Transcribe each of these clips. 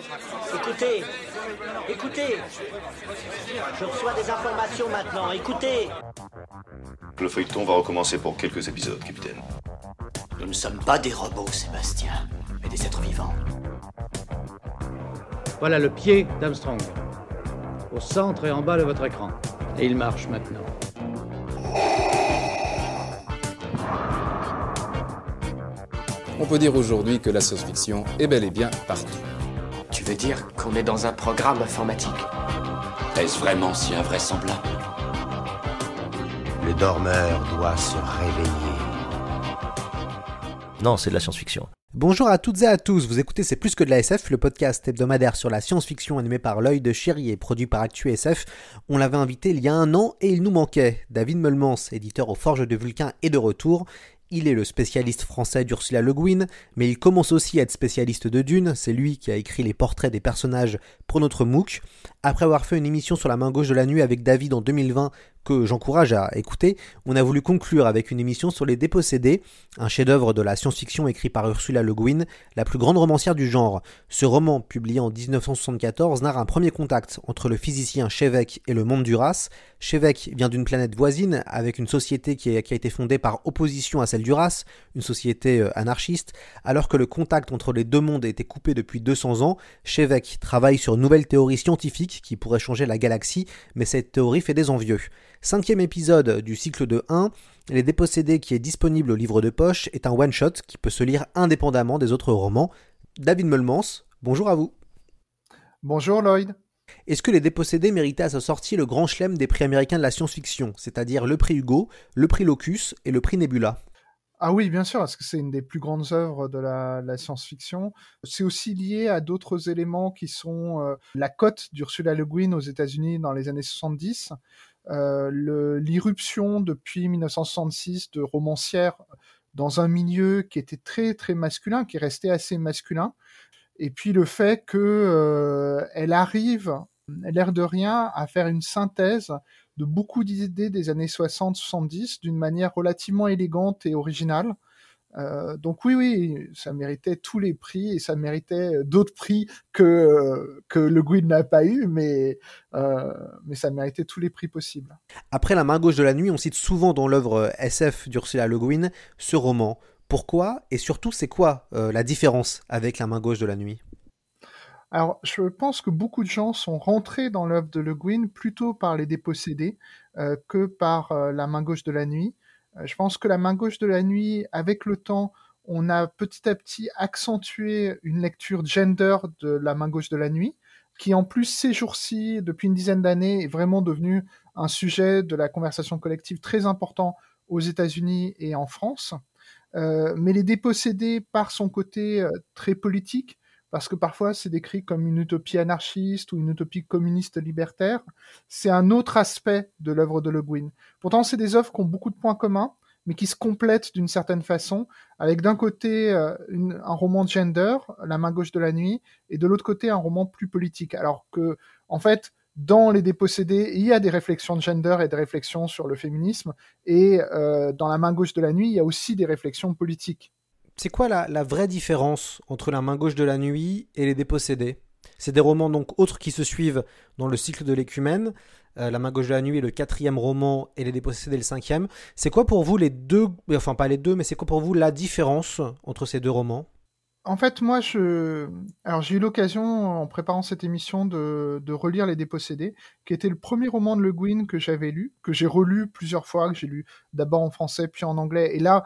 Écoutez, écoutez. Je reçois des informations maintenant, écoutez. Le feuilleton va recommencer pour quelques épisodes, capitaine. Nous ne sommes pas des robots, Sébastien, mais des êtres vivants. Voilà le pied d'Armstrong, au centre et en bas de votre écran. Et il marche maintenant. On peut dire aujourd'hui que la science-fiction est bel et bien partout. Tu veux dire qu'on est dans un programme informatique? Est-ce vraiment si invraisemblable? Le dormeur doit se réveiller. Non, c'est de la science-fiction. Bonjour à toutes et à tous, vous écoutez C'est plus que de la SF, le podcast hebdomadaire sur la science-fiction animé par L'Œil de Chéri et produit par ActuSF. On l'avait invité il y a un an et il nous manquait. David Meulmans, éditeur aux Forges de Vulcain, est de retour. Il est le spécialiste français d'Ursula Le Guin, mais il commence aussi à être spécialiste de Dune, c'est lui qui a écrit les portraits des personnages pour notre MOOC. Après avoir fait une émission sur la main gauche de la nuit avec David en 2020, que j'encourage à écouter, on a voulu conclure avec une émission sur Les Dépossédés, un chef-d'œuvre de la science-fiction écrit par Ursula Le Guin, la plus grande romancière du genre. Ce roman, publié en 1974, narre un premier contact entre le physicien Chevek et le monde d'Uras. Chevek vient d'une planète voisine avec une société qui a été fondée par opposition à celle d'Uras, une société anarchiste. Alors que le contact entre les deux mondes était coupé depuis 200 ans, Chevek travaille sur une nouvelle théorie scientifique qui pourrait changer la galaxie, mais cette théorie fait des envieux. 5e épisode du cycle de 1, Les Dépossédés, qui est disponible au livre de poche, est un one-shot qui peut se lire indépendamment des autres romans. David Meulmans, bonjour à vous. Bonjour Lloyd. Est-ce que Les Dépossédés méritaient à sa sortie le grand chelem des prix américains de la science-fiction, c'est-à-dire le prix Hugo, le prix Locus et le prix Nebula ? Ah oui, bien sûr, parce que c'est une des plus grandes œuvres de la science-fiction. C'est aussi lié à d'autres éléments qui sont la cote d'Ursula Le Guin aux États-Unis dans les années 70, l'irruption depuis 1966 de romancières dans un milieu qui était très très masculin, qui restait assez masculin, et puis le fait que elle arrive, l'air de rien, à faire une synthèse de beaucoup d'idées des années 60-70 d'une manière relativement élégante et originale. Donc oui, ça méritait tous les prix et ça méritait d'autres prix que Le Guin n'a pas eu, mais ça méritait tous les prix possibles. Après La main gauche de la nuit, on cite souvent dans l'œuvre SF d'Ursula Le Guin ce roman. Pourquoi ? Et surtout, c'est quoi la différence avec La main gauche de la nuit ? Alors, je pense que beaucoup de gens sont rentrés dans l'œuvre de Le Guin plutôt par Les Dépossédés que par La main gauche de la nuit. Je pense que La main gauche de la nuit, avec le temps, on a petit à petit accentué une lecture gender de La main gauche de la nuit, qui en plus ces jours-ci, depuis une dizaine d'années, est vraiment devenu un sujet de la conversation collective très important aux États-Unis et en France. Mais Les Dépossédés, par son côté très politique, parce que parfois c'est décrit comme une utopie anarchiste ou une utopie communiste libertaire, c'est un autre aspect de l'œuvre de Le Guin. Pourtant, c'est des œuvres qui ont beaucoup de points communs, mais qui se complètent d'une certaine façon, avec d'un côté un roman de gender, La main gauche de la nuit, et de l'autre côté un roman plus politique. Alors que, en fait, dans Les Dépossédés, il y a des réflexions de gender et des réflexions sur le féminisme, et dans La main gauche de la nuit, il y a aussi des réflexions politiques. C'est quoi la vraie différence entre La main gauche de la nuit et Les Dépossédés ? C'est des romans donc autres qui se suivent dans le cycle de l'écumène. La main gauche de la nuit est le 4e roman et Les Dépossédés le 5e. C'est quoi pour vous les deux, enfin pas les deux, mais c'est quoi pour vous la différence entre ces deux romans ? En fait, moi, j'ai eu l'occasion, en préparant cette émission, de relire Les Dépossédés, qui était le premier roman de Le Guin que j'avais lu, que j'ai relu plusieurs fois, que j'ai lu d'abord en français, puis en anglais. Et là,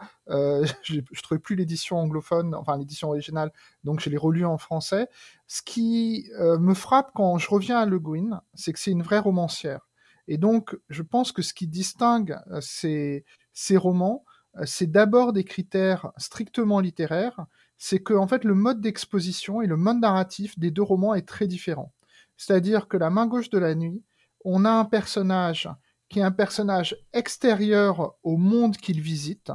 je trouvais plus l'édition anglophone, enfin l'édition originale, donc je l'ai relu en français. Ce qui me frappe quand je reviens à Le Guin, c'est que c'est une vraie romancière. Et donc, je pense que ce qui distingue ces romans, c'est d'abord des critères strictement littéraires, c'est que en fait le mode d'exposition et le mode narratif des deux romans est très différent. C'est-à-dire que La main gauche de la nuit, on a un personnage qui est un personnage extérieur au monde qu'il visite,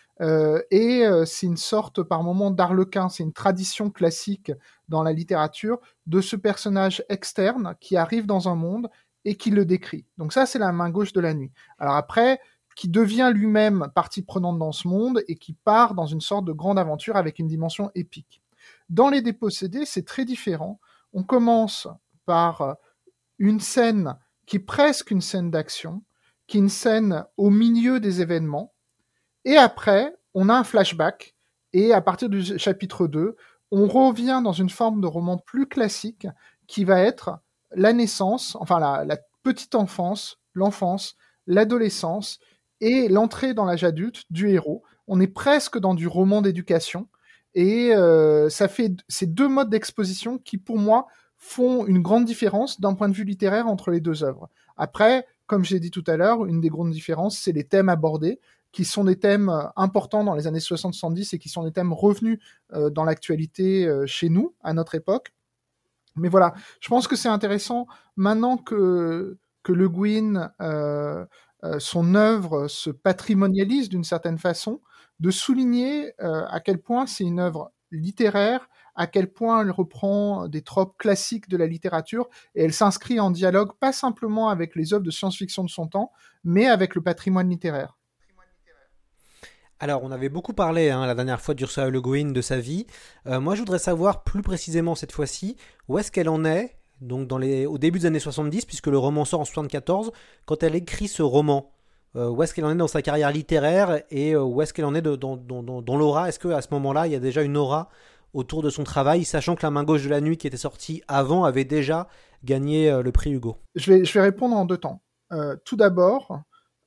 et c'est une sorte par moment d'arlequin, c'est une tradition classique dans la littérature de ce personnage externe qui arrive dans un monde et qui le décrit. Donc ça, c'est La main gauche de la nuit. Alors après, qui devient lui-même partie prenante dans ce monde et qui part dans une sorte de grande aventure avec une dimension épique. Dans Les Dépossédés, c'est très différent. On commence par une scène qui est presque une scène d'action, qui est une scène au milieu des événements, et après, on a un flashback, et à partir du chapitre 2, on revient dans une forme de roman plus classique, qui va être la naissance, enfin la petite enfance, l'enfance, l'adolescence, et l'entrée dans l'âge adulte du héros. On est presque dans du roman d'éducation, et ça fait ces deux modes d'exposition qui, pour moi, font une grande différence d'un point de vue littéraire entre les deux œuvres. Après, comme j'ai dit tout à l'heure, une des grandes différences, c'est les thèmes abordés, qui sont des thèmes importants dans les années 60-70 et qui sont des thèmes revenus dans l'actualité chez nous, à notre époque. Mais voilà, je pense que c'est intéressant, maintenant que Le Guin, son œuvre se patrimonialise d'une certaine façon, de souligner à quel point c'est une œuvre littéraire, à quel point elle reprend des tropes classiques de la littérature, et elle s'inscrit en dialogue pas simplement avec les œuvres de science-fiction de son temps, mais avec le patrimoine littéraire. Alors, on avait beaucoup parlé la dernière fois d'Ursula Le Guin, de sa vie. Moi, je voudrais savoir plus précisément cette fois-ci, où est-ce qu'elle en est, donc au début des années 70, puisque le roman sort en 74, quand elle écrit ce roman. Où est-ce qu'elle en est dans sa carrière littéraire, et où est-ce qu'elle en est dans l'aura? Est-ce qu'à ce moment-là, il y a déjà une aura autour de son travail, sachant que La main gauche de la nuit, qui était sortie avant, avait déjà gagné le prix Hugo? Je vais répondre en deux temps. Tout d'abord,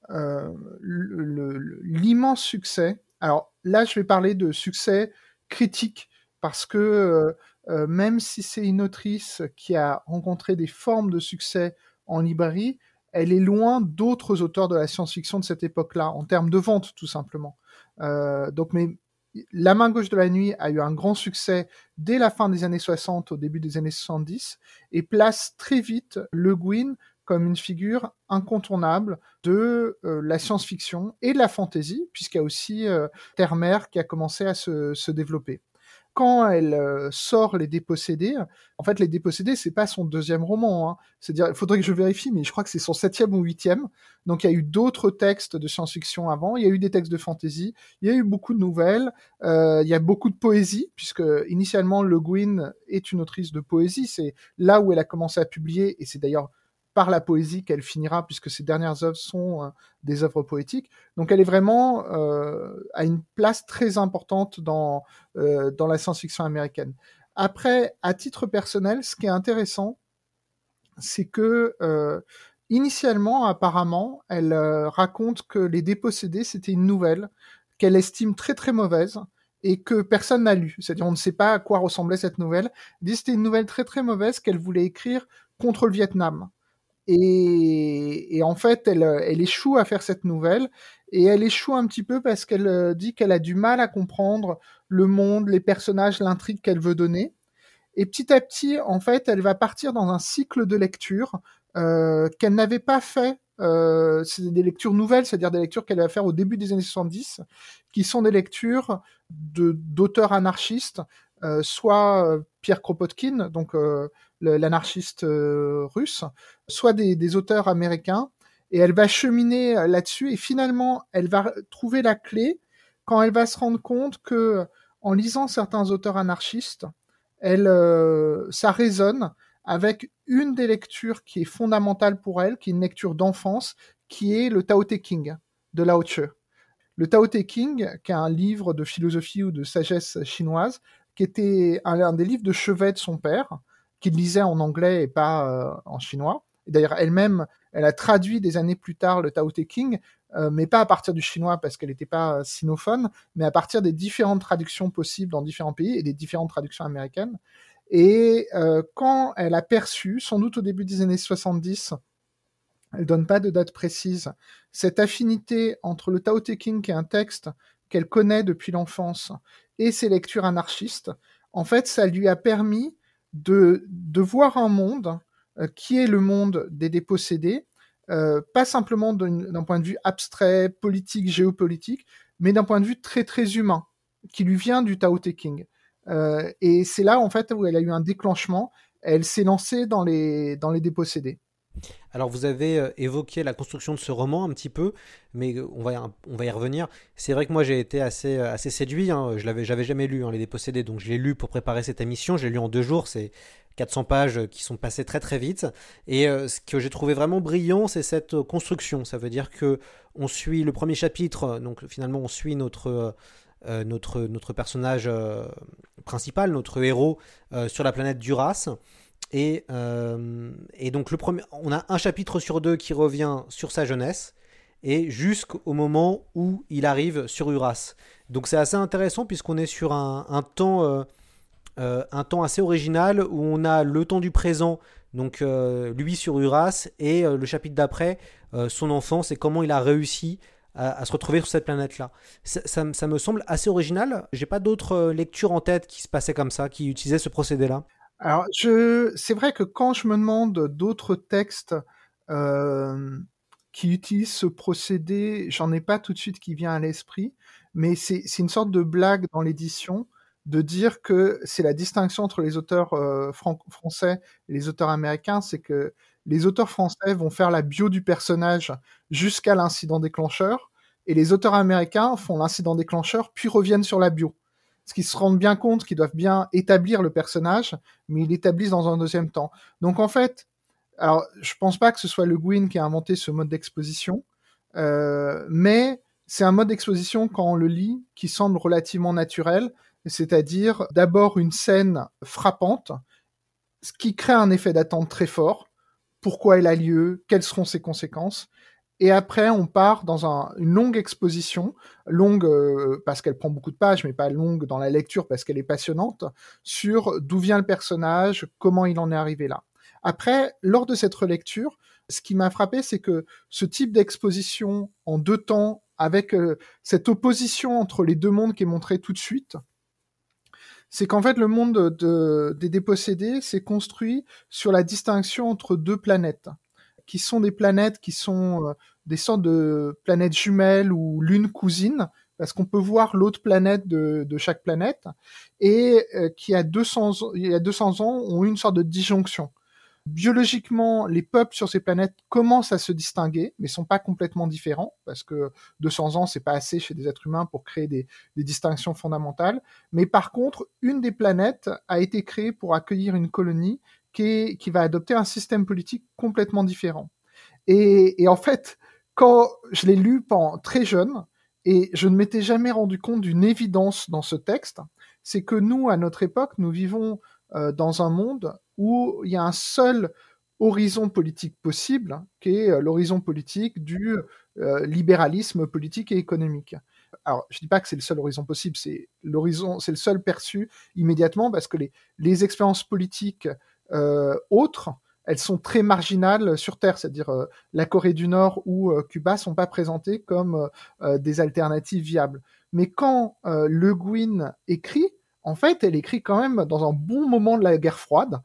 l'immense succès. Alors là, je vais parler de succès critique, parce que même si c'est une autrice qui a rencontré des formes de succès en librairie, elle est loin d'autres auteurs de la science-fiction de cette époque-là, en termes de vente, tout simplement. Mais La main gauche de la nuit a eu un grand succès dès la fin des années 60, au début des années 70, et place très vite Le Guin comme une figure incontournable de la science-fiction et de la fantasy, puisqu'il y a aussi Terre-Mer qui a commencé à se développer. Quand elle sort Les Dépossédés, en fait, Les Dépossédés, c'est pas son deuxième roman, hein. C'est-à-dire, il faudrait que je vérifie, mais je crois que c'est son 7e ou 8e. Donc, il y a eu d'autres textes de science-fiction avant, il y a eu des textes de fantasy, il y a eu beaucoup de nouvelles, il y a beaucoup de poésie, puisque initialement, Le Guin est une autrice de poésie, c'est là où elle a commencé à publier, et c'est d'ailleurs par la poésie qu'elle finira, puisque ses dernières œuvres sont des œuvres poétiques. Donc elle est vraiment à une place très importante dans la science-fiction américaine. Après, à titre personnel, ce qui est intéressant, c'est que initialement, apparemment, elle raconte que Les Dépossédés, c'était une nouvelle qu'elle estime très très mauvaise, et que personne n'a lu. C'est-à-dire, on ne sait pas à quoi ressemblait cette nouvelle. Elle dit que c'était une nouvelle très très mauvaise qu'elle voulait écrire contre le Vietnam. Et en fait, elle échoue à faire cette nouvelle, et elle échoue un petit peu parce qu'elle dit qu'elle a du mal à comprendre le monde, les personnages, l'intrigue qu'elle veut donner. Et petit à petit, en fait, elle va partir dans un cycle de lecture qu'elle n'avait pas fait. C'est des lectures nouvelles, c'est-à-dire des lectures qu'elle va faire au début des années 70, qui sont des lectures d'auteurs anarchistes, soit Pierre Kropotkin, donc l'anarchiste russe, soit des auteurs américains, et elle va cheminer là-dessus, et finalement, elle va trouver la clé quand elle va se rendre compte que, en lisant certains auteurs anarchistes, ça résonne avec une des lectures qui est fondamentale pour elle, qui est une lecture d'enfance, qui est le Tao Te Ching de Lao Tzu. Le Tao Te Ching, qui est un livre de philosophie ou de sagesse chinoise, qui était un des livres de chevet de son père, qu'il lisait en anglais et pas en chinois. Et d'ailleurs, elle-même, elle a traduit des années plus tard le Tao Te Ching, mais pas à partir du chinois parce qu'elle n'était pas sinophone, mais à partir des différentes traductions possibles dans différents pays et des différentes traductions américaines. Et quand elle a perçu, sans doute au début des années 70, elle donne pas de date précise, cette affinité entre le Tao Te Ching, qui est un texte qu'elle connaît depuis l'enfance, et ses lectures anarchistes, en fait, ça lui a permis de voir un monde qui est le monde des dépossédés, pas simplement d'un point de vue abstrait, politique, géopolitique, mais d'un point de vue très très humain, qui lui vient du Tao Te Ching. Et c'est là, en fait, où elle a eu un déclenchement. Elle s'est lancée dans les dépossédés. Alors vous avez évoqué la construction de ce roman un petit peu, mais on va y revenir. C'est vrai que moi j'ai été assez séduit, hein. J'avais jamais lu Les Dépossédés, donc je l'ai lu pour préparer cette émission. Je l'ai lu en 2 jours, c'est 400 pages qui sont passées très très vite. Et ce que j'ai trouvé vraiment brillant, c'est cette construction. Ça veut dire que on suit le premier chapitre, donc finalement on suit notre personnage principal, notre héros, sur la planète Duras. Et donc on a un chapitre sur 2 qui revient sur sa jeunesse, et jusqu'au moment où il arrive sur Uras. Donc c'est assez intéressant puisqu'on est sur un temps assez original où on a le temps du présent, donc lui sur Uras, et le chapitre d'après, son enfance et comment il a réussi à se retrouver sur cette planète-là. Ça me semble assez original. J'ai pas d'autres lectures en tête qui se passaient comme ça, qui utilisaient ce procédé-là. Alors, c'est vrai que quand je me demande d'autres textes qui utilisent ce procédé, j'en ai pas tout de suite qui vient à l'esprit, mais c'est une sorte de blague dans l'édition de dire que c'est la distinction entre les auteurs français et les auteurs américains, c'est que les auteurs français vont faire la bio du personnage jusqu'à l'incident déclencheur, et les auteurs américains font l'incident déclencheur, puis reviennent sur la bio. Parce qu'ils se rendent bien compte qu'ils doivent bien établir le personnage, mais ils l'établissent dans un deuxième temps. Donc en fait, alors je pense pas que ce soit Le Guin qui a inventé ce mode d'exposition, mais c'est un mode d'exposition, quand on le lit, qui semble relativement naturel, c'est-à-dire d'abord une scène frappante, ce qui crée un effet d'attente très fort. Pourquoi elle a lieu, quelles seront ses conséquences, et après on part dans une longue exposition, longue parce qu'elle prend beaucoup de pages, mais pas longue dans la lecture parce qu'elle est passionnante, sur d'où vient le personnage, comment il en est arrivé là. Après, lors de cette relecture, ce qui m'a frappé, c'est que ce type d'exposition en 2 temps, avec cette opposition entre les 2 mondes qui est montrée tout de suite, c'est qu'en fait, le monde des dépossédés s'est construit sur la distinction entre 2 planètes, qui sont des planètes qui sont des sortes de planètes jumelles ou lunes cousines, parce qu'on peut voir l'autre planète de chaque planète, et qui, il y a 200 ans, ont eu une sorte de disjonction. Biologiquement, les peuples sur ces planètes commencent à se distinguer, mais sont pas complètement différents, parce que 200 ans, c'est pas assez chez des êtres humains pour créer des distinctions fondamentales. Mais par contre, une des planètes a été créée pour accueillir une colonie qui va adopter un système politique complètement différent. Et en fait, quand je l'ai lu très jeune, et je ne m'étais jamais rendu compte d'une évidence dans ce texte, c'est que nous, à notre époque, nous vivons dans un monde où il y a un seul horizon politique possible, qui est l'horizon politique du libéralisme politique et économique. Alors, je dis pas que c'est le seul horizon possible, c'est le seul perçu immédiatement, parce que les expériences politiques autres, elles sont très marginales sur Terre, c'est-à-dire la Corée du Nord ou Cuba sont pas présentées comme des alternatives viables. Mais quand Le Guin écrit, en fait, elle écrit quand même dans un bon moment de la guerre froide,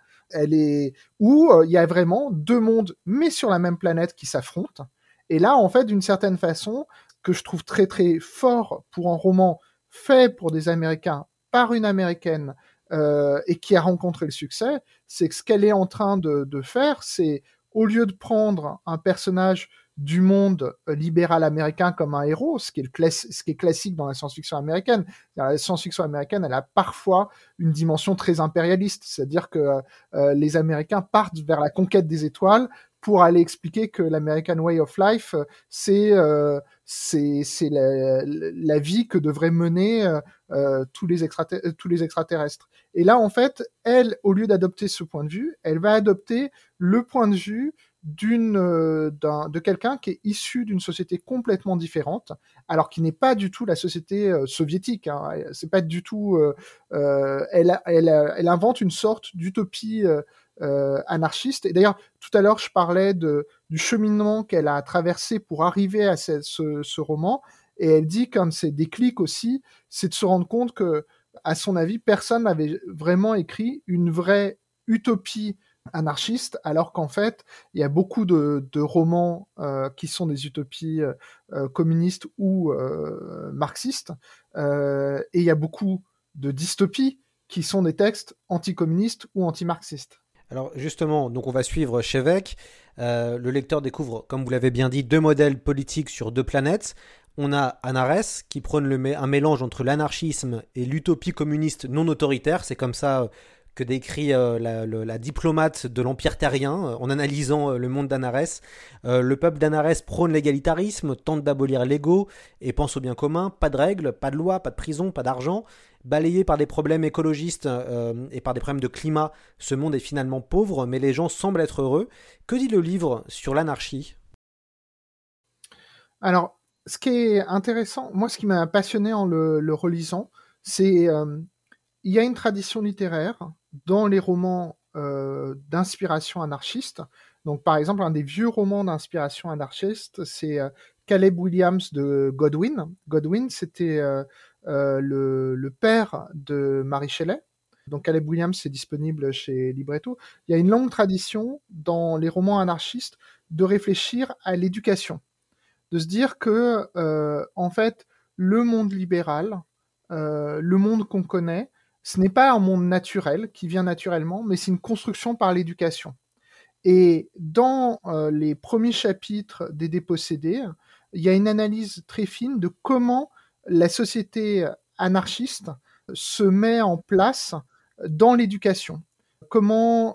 où il y a vraiment 2 mondes, mais sur la même planète, qui s'affrontent. Et là, en fait, d'une certaine façon, que je trouve très très fort pour un roman fait pour des Américains, par une Américaine, et qui a rencontré le succès, c'est que ce qu'elle est en train de faire, c'est, au lieu de prendre un personnage du monde libéral américain comme un héros, ce qui est classique dans la science-fiction américaine. La science-fiction américaine, elle a parfois une dimension très impérialiste, c'est-à-dire que les Américains partent vers la conquête des étoiles pour aller expliquer que l'American Way of Life, c'est la vie que devraient mener tous les extraterrestres. Et là, en fait, elle, au lieu d'adopter ce point de vue, elle va adopter le point de vue de quelqu'un qui est issu d'une société complètement différente, alors qui n'est pas du tout la société soviétique. Hein. C'est pas du tout. Elle invente une sorte d'utopie anarchiste. Et d'ailleurs, tout à l'heure, je parlais du cheminement qu'elle a traversé pour arriver à ce roman, et elle dit qu'un de ses déclics aussi, c'est de se rendre compte que, à son avis, personne n'avait vraiment écrit une vraie utopie anarchiste, alors qu'en fait, il y a beaucoup de romans qui sont des utopies communistes ou marxistes, et il y a beaucoup de dystopies qui sont des textes anticommunistes ou antimarxistes. Alors justement, donc on va suivre Chevèque. Le lecteur découvre, comme vous l'avez bien dit, 2 modèles politiques sur 2 planètes. On a Anarès qui prône un mélange entre l'anarchisme et l'utopie communiste non autoritaire. C'est comme ça que décrit la diplomate de l'Empire terrien en analysant le monde d'Anarès. Le peuple d'Anarès prône l'égalitarisme, tente d'abolir l'ego et pense au bien commun. Pas de règles, pas de loi, pas de prison, pas d'argent. Balayé par des problèmes écologistes et par des problèmes de climat, ce monde est finalement pauvre, mais les gens semblent être heureux. Que dit le livre sur l'anarchie ? Alors, ce qui est intéressant, moi, ce qui m'a passionné en le relisant, c'est il y a une tradition littéraire dans les romans d'inspiration anarchiste. Donc, par exemple, un des vieux romans d'inspiration anarchiste, c'est Caleb Williams de Godwin. Godwin, c'était le père de Mary Shelley. Donc, Caleb Williams, c'est disponible chez Libretto. Il y a une longue tradition dans les romans anarchistes de réfléchir à l'éducation. De se dire que, en fait, le monde libéral, le monde qu'on connaît, ce n'est pas un monde naturel qui vient naturellement, mais c'est une construction par l'éducation. Et dans les premiers chapitres des Dépossédés, il y a une analyse très fine de comment la société anarchiste se met en place dans l'éducation. Comment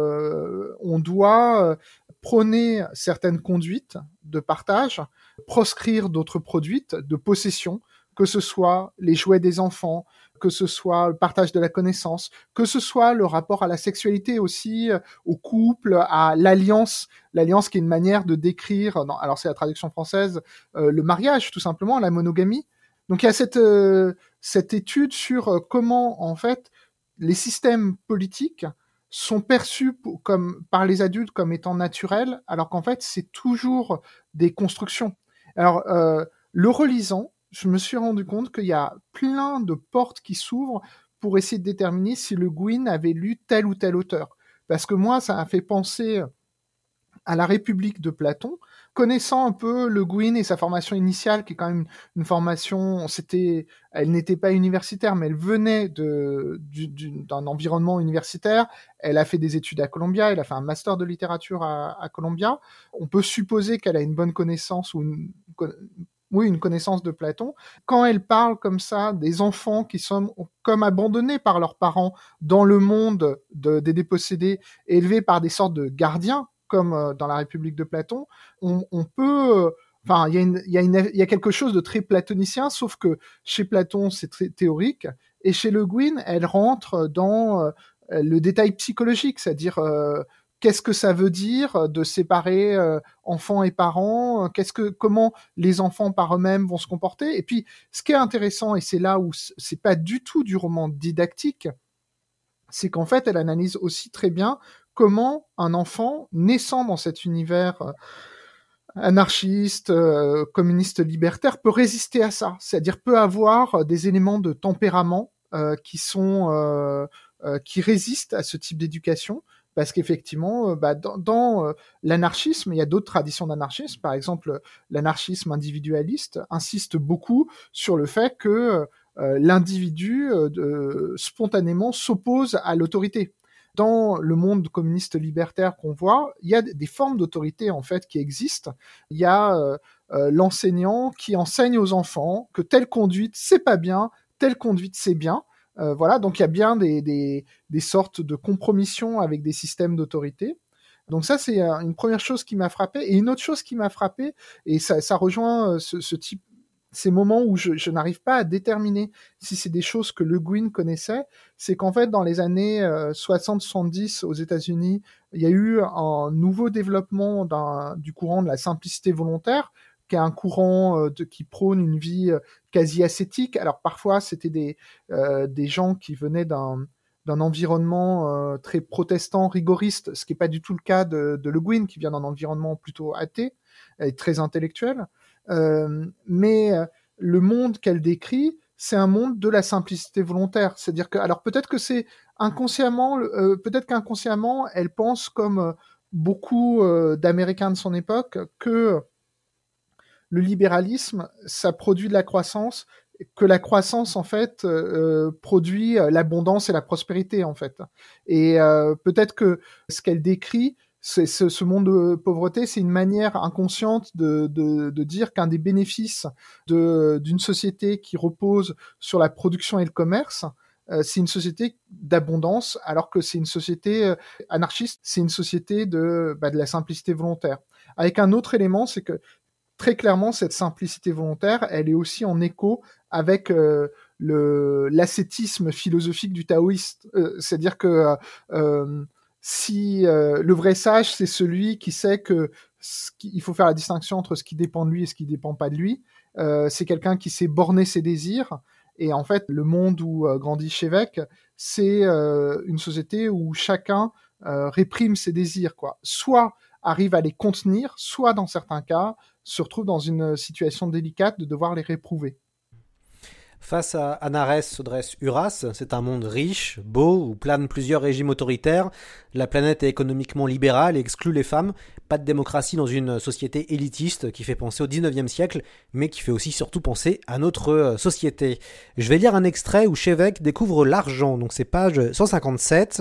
on doit prôner certaines conduites de partage, proscrire d'autres conduites de possession, que ce soit les jouets des enfants, que ce soit le partage de la connaissance, que ce soit le rapport à la sexualité aussi, au couple, à l'alliance qui est une manière de décrire, non, alors c'est la traduction française, le mariage tout simplement, la monogamie. Donc il y a cette étude sur comment en fait les systèmes politiques sont perçus par les adultes comme étant naturels, alors qu'en fait c'est toujours des constructions. Alors le relisant, je me suis rendu compte qu'il y a plein de portes qui s'ouvrent pour essayer de déterminer si Le Guin avait lu tel ou tel auteur. Parce que moi, ça m'a fait penser à la République de Platon, connaissant un peu Le Guin et sa formation initiale, qui est quand même une formation, elle n'était pas universitaire, mais elle venait d'un environnement universitaire. Elle a fait des études à Columbia, elle a fait un master de littérature à Columbia. On peut supposer qu'elle a une bonne connaissance ou une connaissance de Platon. Quand elle parle comme ça des enfants qui sont comme abandonnés par leurs parents dans le monde des dépossédés, élevés par des sortes de gardiens, comme dans la République de Platon, on peut... Enfin, il y a quelque chose de très platonicien, sauf que chez Platon, c'est très théorique, et chez Le Guin, elle rentre dans le détail psychologique, c'est-à-dire... qu'est-ce que ça veut dire de séparer enfants et parents ? Comment les enfants par eux-mêmes vont se comporter ? Et puis, ce qui est intéressant, et c'est là où c'est pas du tout du roman didactique, c'est qu'en fait, elle analyse aussi très bien comment un enfant naissant dans cet univers anarchiste, communiste, libertaire peut résister à ça, c'est-à-dire peut avoir des éléments de tempérament qui résistent à ce type d'éducation. Parce qu'effectivement, dans l'anarchisme, il y a d'autres traditions d'anarchisme. Par exemple, l'anarchisme individualiste insiste beaucoup sur le fait que l'individu spontanément s'oppose à l'autorité. Dans le monde communiste libertaire qu'on voit, il y a des formes d'autorité en fait qui existent. Il y a l'enseignant qui enseigne aux enfants que telle conduite c'est pas bien, telle conduite c'est bien. Voilà, donc il y a bien des sortes de compromissions avec des systèmes d'autorité. Donc ça, c'est une première chose qui m'a frappé. Et une autre chose qui m'a frappé, et ça rejoint ces moments où je n'arrive pas à déterminer si c'est des choses que Le Guin connaissait, c'est qu'en fait, dans les années 60-70 aux États-Unis, il y a eu un nouveau développement du courant de la simplicité volontaire, qui est un courant qui prône une vie quasi ascétique. Alors parfois, c'était des gens qui venaient d'un environnement très protestant, rigoriste, ce qui n'est pas du tout le cas de Le Guin, qui vient d'un environnement plutôt athée et très intellectuel. Mais le monde qu'elle décrit, c'est un monde de la simplicité volontaire. C'est-à-dire que, alors peut-être que c'est inconsciemment, peut-être qu'inconsciemment, elle pense comme beaucoup d'Américains de son époque que le libéralisme, ça produit de la croissance, que la croissance, en fait, produit l'abondance et la prospérité, en fait. Et peut-être que ce qu'elle décrit, ce monde de pauvreté, c'est une manière inconsciente de dire qu'un des bénéfices d'une société qui repose sur la production et le commerce, c'est une société d'abondance, alors que c'est une société anarchiste, c'est une société de la simplicité volontaire. Avec un autre élément, c'est que très clairement, cette simplicité volontaire, elle est aussi en écho avec l'ascétisme philosophique du taoïste. C'est-à-dire que si le vrai sage, c'est celui qui sait que il faut faire la distinction entre ce qui dépend de lui et ce qui dépend pas de lui. C'est quelqu'un qui sait borner ses désirs. Et en fait, le monde où grandit Shevek, c'est une société où chacun réprime ses désirs, quoi. Soit arrive à les contenir, soit dans certains cas se retrouve dans une situation délicate de devoir les réprouver. Face à Anarès se dresse Uras, c'est un monde riche, beau, où planent plusieurs régimes autoritaires, la planète est économiquement libérale et exclut les femmes, pas de démocratie dans une société élitiste qui fait penser au 19e siècle, mais qui fait aussi surtout penser à notre société. Je vais lire un extrait où Shevek découvre l'argent, donc c'est page 157.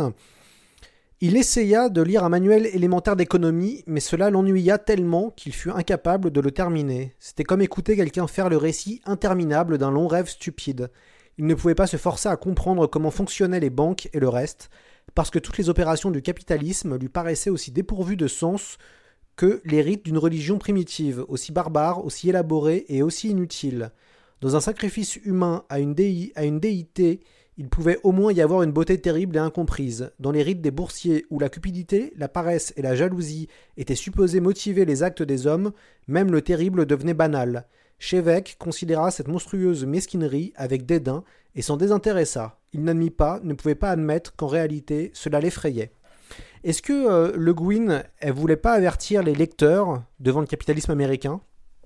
Il essaya de lire un manuel élémentaire d'économie, mais cela l'ennuya tellement qu'il fut incapable de le terminer. C'était comme écouter quelqu'un faire le récit interminable d'un long rêve stupide. Il ne pouvait pas se forcer à comprendre comment fonctionnaient les banques et le reste, parce que toutes les opérations du capitalisme lui paraissaient aussi dépourvues de sens que les rites d'une religion primitive, aussi barbare, aussi élaborée et aussi inutile. Dans un sacrifice humain à une déité, il pouvait au moins y avoir une beauté terrible et incomprise. Dans les rites des boursiers où la cupidité, la paresse et la jalousie étaient supposées motiver les actes des hommes, même le terrible devenait banal. Shevek considéra cette monstrueuse mesquinerie avec dédain et s'en désintéressa. Il n'admit pas, ne pouvait pas admettre qu'en réalité cela l'effrayait. Est-ce que Le Guin, elle voulait pas avertir les lecteurs devant le capitalisme américain ?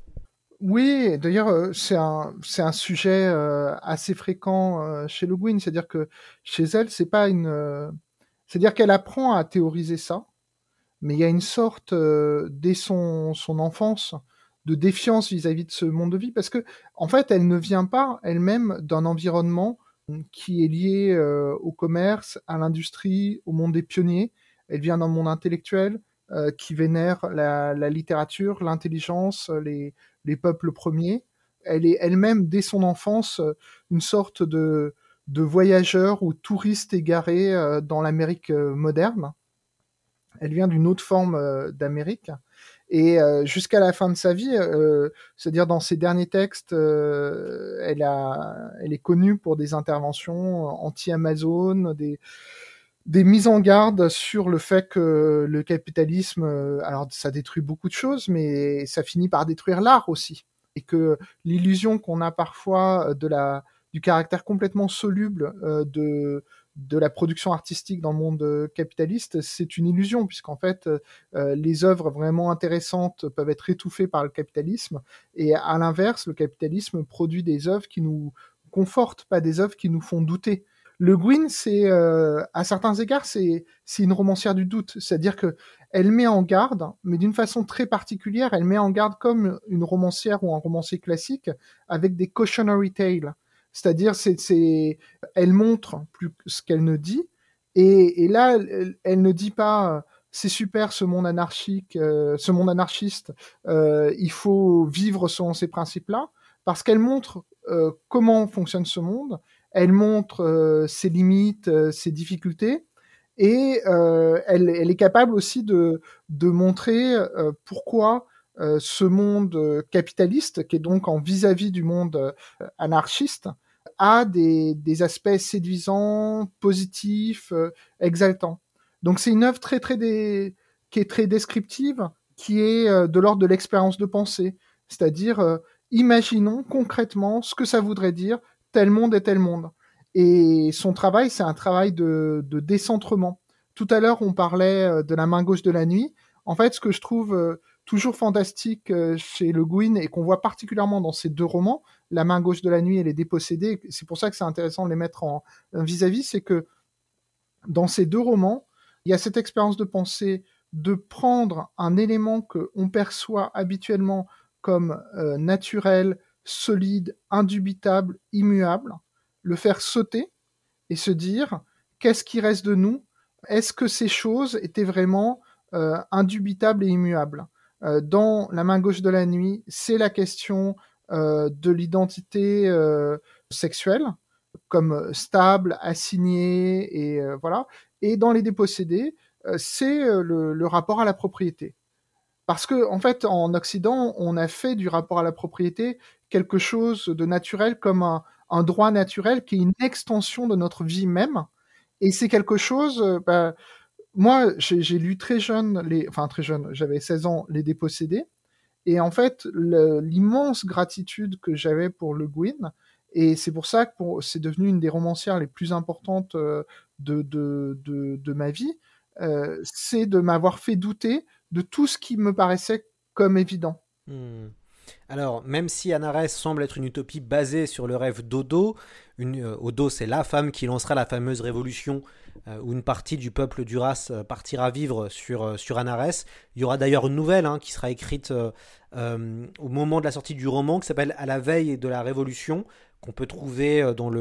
Oui, d'ailleurs, c'est un sujet assez fréquent chez Le Guin, c'est-à-dire que chez elle, c'est pas c'est-à-dire qu'elle apprend à théoriser ça, mais il y a une sorte, dès son enfance, de défiance vis-à-vis de ce monde de vie, parce que en fait, elle ne vient pas elle-même d'un environnement qui est lié au commerce, à l'industrie, au monde des pionniers. Elle vient d'un monde intellectuel qui vénère la littérature, l'intelligence, les peuples premiers. Elle est elle-même, dès son enfance, une sorte de voyageur ou touriste égaré dans l'Amérique moderne. Elle vient d'une autre forme d'Amérique. Et jusqu'à la fin de sa vie, c'est-à-dire dans ses derniers textes, elle est connue pour des interventions anti-Amazon, des mises en garde sur le fait que le capitalisme, alors ça détruit beaucoup de choses, mais ça finit par détruire l'art aussi. Et que l'illusion qu'on a parfois du caractère complètement soluble de la production artistique dans le monde capitaliste, c'est une illusion, puisqu'en fait, les œuvres vraiment intéressantes peuvent être étouffées par le capitalisme, et à l'inverse, le capitalisme produit des œuvres qui nous confortent, pas des œuvres qui nous font douter. Le Guin, à certains égards, c'est une romancière du doute, c'est-à-dire que elle met en garde, mais d'une façon très particulière, elle met en garde comme une romancière ou un romancier classique, avec des cautionary tales. C'est-à-dire, elle montre plus ce qu'elle ne dit, et là, elle ne dit pas c'est super ce monde anarchique, ce monde anarchiste, il faut vivre selon ces principes-là, parce qu'elle montre comment fonctionne ce monde, elle montre ses limites, ses difficultés, et elle est capable aussi de montrer pourquoi ce monde capitaliste, qui est donc en vis-à-vis du monde anarchiste, a des aspects séduisants, positifs, exaltants. Donc c'est une œuvre qui est très descriptive, qui est de l'ordre de l'expérience de pensée, c'est-à-dire imaginons concrètement ce que ça voudrait dire tel monde et tel monde. Et son travail, c'est un travail de décentrement. Tout à l'heure, on parlait de La main gauche de la nuit. En fait, ce que je trouve toujours fantastique chez Le Guin, et qu'on voit particulièrement dans ces deux romans, La main gauche de la nuit et Les dépossédés, c'est pour ça que c'est intéressant de les mettre en vis-à-vis, c'est que dans ces deux romans, il y a cette expérience de pensée de prendre un élément qu'on perçoit habituellement comme naturel, solide, indubitable, immuable, le faire sauter et se dire qu'est-ce qui reste de nous ? Est-ce que ces choses étaient vraiment indubitables et immuables ? Dans La main gauche de la nuit, c'est la question de l'identité sexuelle. comme stable, assigné, et voilà. Et dans les dépossédés, c'est le rapport à la propriété. Parce que, en fait, en Occident, on a fait du rapport à la propriété quelque chose de naturel, comme un droit naturel qui est une extension de notre vie même. Et c'est quelque chose... moi, j'ai lu très jeune, très jeune, j'avais 16 ans, Les Dépossédés. Et en fait, l'immense gratitude que j'avais pour Le Guin, et c'est pour ça que c'est devenu une des romancières les plus importantes de ma vie, c'est de m'avoir fait douter de tout ce qui me paraissait comme évident. Alors, même si Anarès semble être une utopie basée sur le rêve d'Odo, Odo c'est la femme qui lancera la fameuse révolution où une partie du peuple d'Uras partira vivre sur Anarès. Il y aura d'ailleurs une nouvelle qui sera écrite au moment de la sortie du roman, qui s'appelle « À la veille de la révolution », qu'on peut trouver dans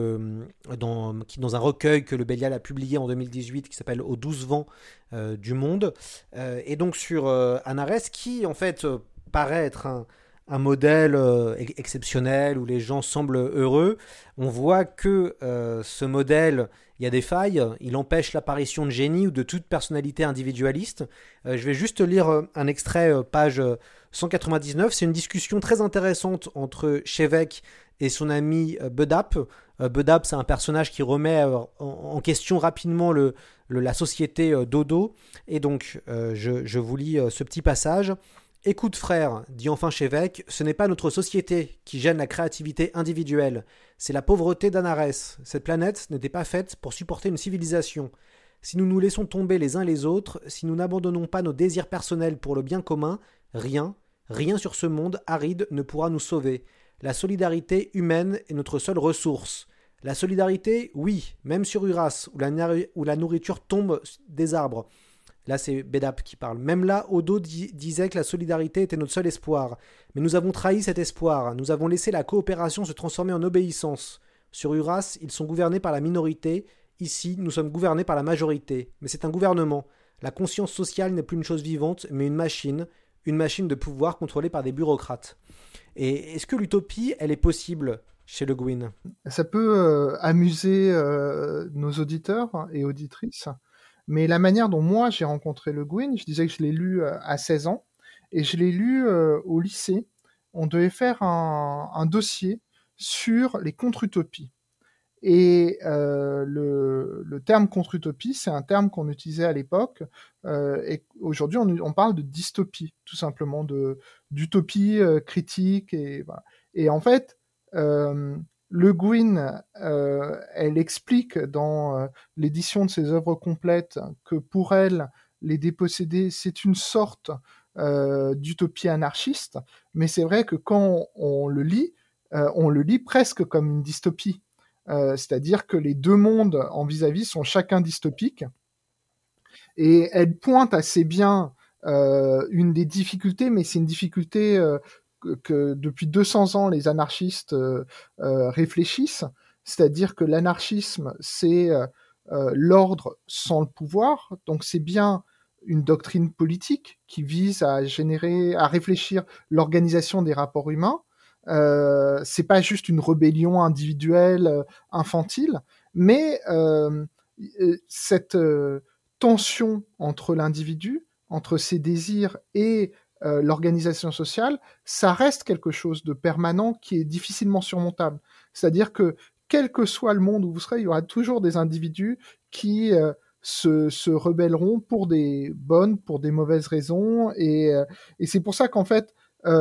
un recueil que le Bélial a publié en 2018 qui s'appelle « Aux 12 vents du monde ». Et donc sur Anarès, qui en fait paraît être un modèle exceptionnel où les gens semblent heureux, on voit que ce modèle, il y a des failles, il empêche l'apparition de génie ou de toute personnalité individualiste. Je vais juste lire un extrait, page 199, c'est une discussion très intéressante entre Chevèque et son ami Bedap. Bedap, c'est un personnage qui remet en question rapidement la société d'Odo. Et donc, je vous lis ce petit passage. « Écoute frère, dit enfin Chevèque, ce n'est pas notre société qui gêne la créativité individuelle, c'est la pauvreté d'Anarès. Cette planète n'était pas faite pour supporter une civilisation. Si nous nous laissons tomber les uns les autres, si nous n'abandonnons pas nos désirs personnels pour le bien commun, rien sur ce monde aride ne pourra nous sauver. La solidarité humaine est notre seule ressource. La solidarité, oui, même sur Uras, où la nourriture tombe des arbres. » Là, c'est Bedap qui parle. Même là, Odo disait que la solidarité était notre seul espoir. Mais nous avons trahi cet espoir. Nous avons laissé la coopération se transformer en obéissance. Sur Uras, ils sont gouvernés par la minorité. Ici, nous sommes gouvernés par la majorité. Mais c'est un gouvernement. La conscience sociale n'est plus une chose vivante, mais une machine de pouvoir contrôlée par des bureaucrates. Et est-ce que l'utopie, elle est possible chez Le Guin ? Ça peut amuser nos auditeurs et auditrices. Mais la manière dont moi j'ai rencontré Le Guin, je disais que je l'ai lu à 16 ans, et je l'ai lu au lycée. On devait faire un dossier sur les contre-utopies. Et le terme contre-utopie, c'est un terme qu'on utilisait à l'époque, et aujourd'hui on parle de dystopie, tout simplement, d'utopie critique. Et, voilà. Et en fait, Le Guin, elle explique dans l'édition de ses œuvres complètes que pour elle, Les Dépossédés, c'est une sorte d'utopie anarchiste, mais c'est vrai que quand on le lit presque comme une dystopie. C'est-à-dire que les deux mondes en vis-à-vis sont chacun dystopiques, et elle pointe assez bien une des difficultés, mais c'est une difficulté que depuis 200 ans les anarchistes réfléchissent, c'est-à-dire que l'anarchisme c'est l'ordre sans le pouvoir, donc c'est bien une doctrine politique qui vise à réfléchir l'organisation des rapports humains. C'est pas juste une rébellion individuelle infantile, mais cette tension entre l'individu, entre ses désirs et l'organisation sociale, ça reste quelque chose de permanent qui est difficilement surmontable. C'est-à-dire que quel que soit le monde où vous serez, il y aura toujours des individus qui se rebelleront pour des bonnes, pour des mauvaises raisons, et c'est pour ça qu'en fait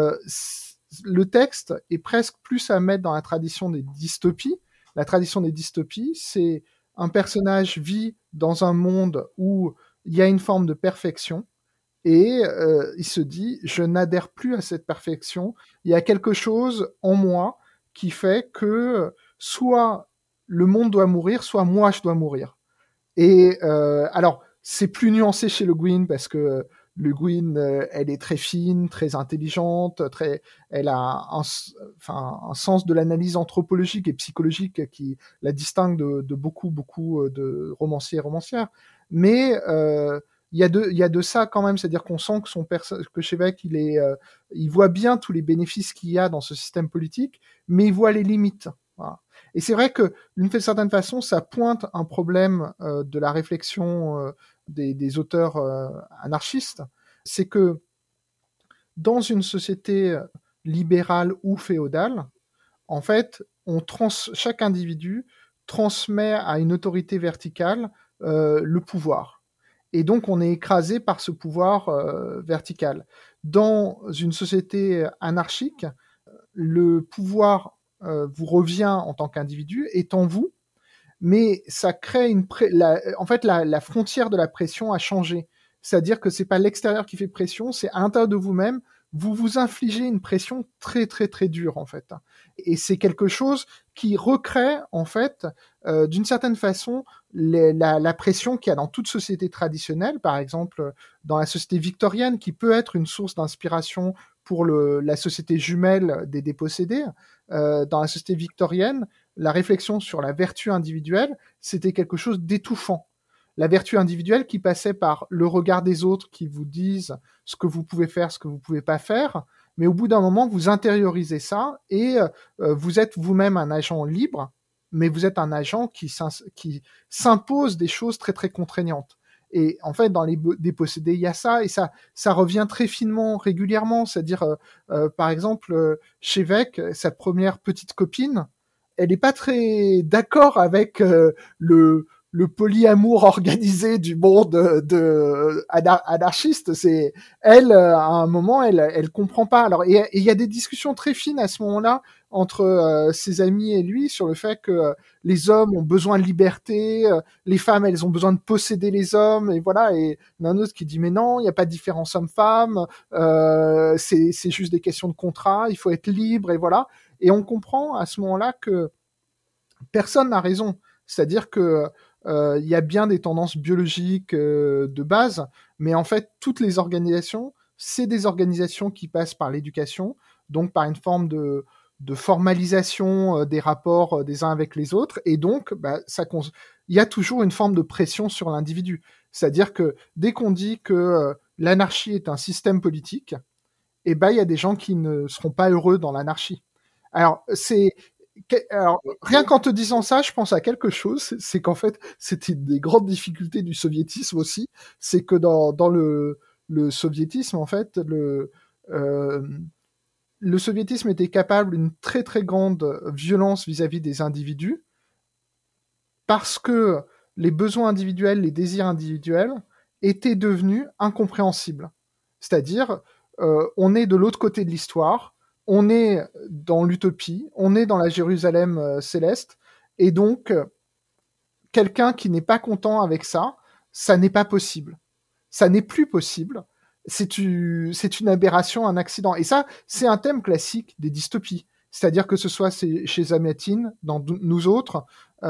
le texte est presque plus à mettre dans la tradition des dystopies. La tradition des dystopies, c'est un personnage vit dans un monde où il y a une forme de perfection, et il se dit, je n'adhère plus à cette perfection, il y a quelque chose en moi qui fait que soit le monde doit mourir, soit moi je dois mourir. Et alors, c'est plus nuancé chez Le Guin, parce que Le Guin, elle est très fine, très intelligente, elle a un sens de l'analyse anthropologique et psychologique qui la distingue de beaucoup de romanciers et romancières. Mais il y a de ça quand même, c'est-à-dire qu'on sent que Chevèque, il voit bien tous les bénéfices qu'il y a dans ce système politique, mais il voit les limites. Voilà. Et c'est vrai que, d'une certaine façon, ça pointe un problème de la réflexion des auteurs anarchistes, c'est que dans une société libérale ou féodale, en fait, chaque individu transmet à une autorité verticale le pouvoir. Et donc, on est écrasé par ce pouvoir vertical. Dans une société anarchique, le pouvoir vous revient en tant qu'individu, est en vous, mais ça crée en fait, la frontière de la pression a changé. C'est-à-dire que c'est pas l'extérieur qui fait pression, c'est à l'intérieur de vous-même, vous vous infligez une pression très très très dure en fait. Et c'est quelque chose qui recrée en fait, d'une certaine façon, la pression qu'il y a dans toute société traditionnelle, par exemple dans la société victorienne, qui peut être une source d'inspiration pour la société jumelle des dépossédés. Dans la société victorienne, la réflexion sur la vertu individuelle, c'était quelque chose d'étouffant. La vertu individuelle qui passait par le regard des autres qui vous disent ce que vous pouvez faire, ce que vous ne pouvez pas faire, mais au bout d'un moment, vous intériorisez ça et vous êtes vous-même un agent libre, mais vous êtes un agent qui s'impose des choses très très contraignantes. Et en fait, dans les dépossédés, il y a ça, et ça revient très finement, régulièrement. C'est-à-dire, par exemple, chez Vec, sa première petite copine, elle n'est pas très d'accord avec le polyamour organisé du monde anarchiste. C'est elle, à un moment, elle comprend pas. Alors, et il y a des discussions très fines à ce moment-là entre ses amis et lui sur le fait que les hommes ont besoin de liberté, les femmes elles ont besoin de posséder les hommes, et voilà. Et il y en a un autre qui dit mais non, il n'y a pas de différence homme-femme, c'est juste des questions de contrat, il faut être libre, et voilà. Et on comprend à ce moment-là que personne n'a raison. C'est-à-dire que il y a bien des tendances biologiques de base, mais en fait, toutes les organisations, c'est des organisations qui passent par l'éducation, donc par une forme de formalisation des rapports des uns avec les autres, et donc il y a toujours une forme de pression sur l'individu. C'est-à-dire que dès qu'on dit que l'anarchie est un système politique, il y a des gens qui ne seront pas heureux dans l'anarchie. Alors, rien qu'en te disant ça, je pense à quelque chose, c'est qu'en fait, c'était une des grandes difficultés du soviétisme aussi, c'est que dans le soviétisme, en fait, le soviétisme était capable d'une très très grande violence vis-à-vis des individus, parce que les besoins individuels, les désirs individuels étaient devenus incompréhensibles. C'est-à-dire, on est de l'autre côté de l'histoire, on est dans l'utopie, on est dans la Jérusalem céleste, et donc, quelqu'un qui n'est pas content avec ça, ça n'est pas possible. Ça n'est plus possible. C'est une aberration, un accident. Et ça, c'est un thème classique des dystopies. C'est-à-dire que ce soit chez Zamiatin, dans Nous autres,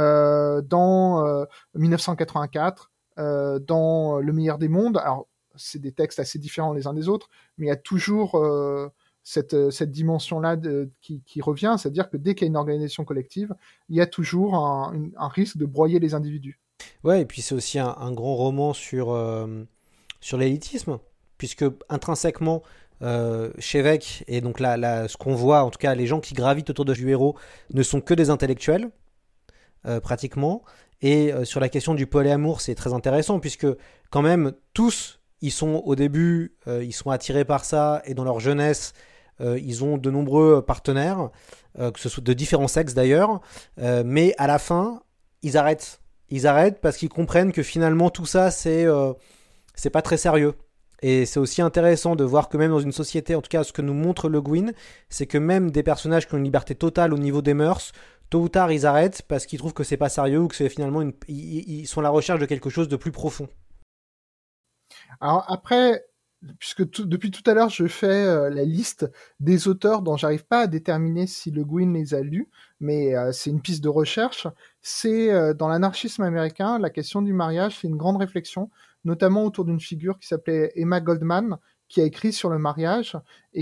dans 1984, dans Le meilleur des mondes. Alors, c'est des textes assez différents les uns des autres, mais il y a toujours cette dimension-là qui revient, c'est-à-dire que dès qu'il y a une organisation collective, il y a toujours un risque de broyer les individus. Ouais, et puis c'est aussi un grand roman sur l'élitisme, puisque intrinsèquement, chez Vec, et donc ce qu'on voit, en tout cas les gens qui gravitent autour du héros, ne sont que des intellectuels, pratiquement. Et sur la question du polyamour, c'est très intéressant, puisque quand même, tous, ils sont au début, ils sont attirés par ça, et dans leur jeunesse, ils ont de nombreux partenaires, que ce soit de différents sexes d'ailleurs, mais à la fin, ils arrêtent. Ils arrêtent parce qu'ils comprennent que finalement tout ça, c'est pas très sérieux. Et c'est aussi intéressant de voir que même dans une société, en tout cas ce que nous montre Le Guin, c'est que même des personnages qui ont une liberté totale au niveau des mœurs, tôt ou tard ils arrêtent parce qu'ils trouvent que c'est pas sérieux ou que c'est finalement ils sont à la recherche de quelque chose de plus profond. Alors après, puisque depuis tout à l'heure je fais la liste des auteurs dont j'arrive pas à déterminer si Le Guin les a lus, mais c'est une piste de recherche, c'est dans l'anarchisme américain, la question du mariage, c'est une grande réflexion, notamment autour d'une figure qui s'appelait Emma Goldman, qui a écrit sur le mariage et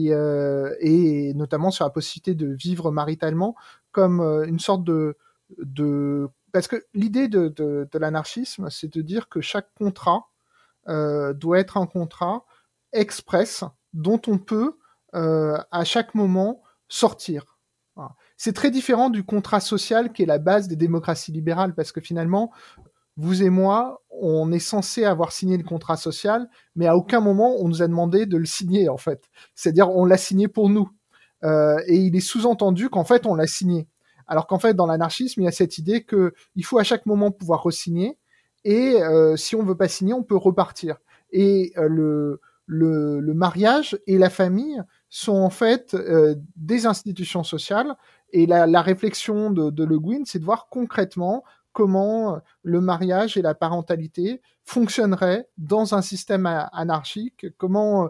et notamment sur la possibilité de vivre maritalement comme une sorte de parce que l'idée de l'anarchisme, c'est de dire que chaque contrat doit être un contrat express dont on peut à chaque moment sortir. Voilà. c'est très différent du contrat social qui est la base des démocraties libérales, parce que finalement, vous et moi, on est censé avoir signé le contrat social, mais à aucun moment on nous a demandé de le signer, en fait. C'est-à-dire, on l'a signé pour nous. Et il est sous-entendu qu'en fait, on l'a signé. Alors qu'en fait, dans l'anarchisme, il y a cette idée qu'il faut à chaque moment pouvoir re-signer, et si on veut pas signer, on peut repartir. Et le mariage et la famille sont en fait des institutions sociales, et la réflexion de Le Guin, c'est de voir concrètement comment le mariage et la parentalité fonctionneraient dans un système anarchique, comment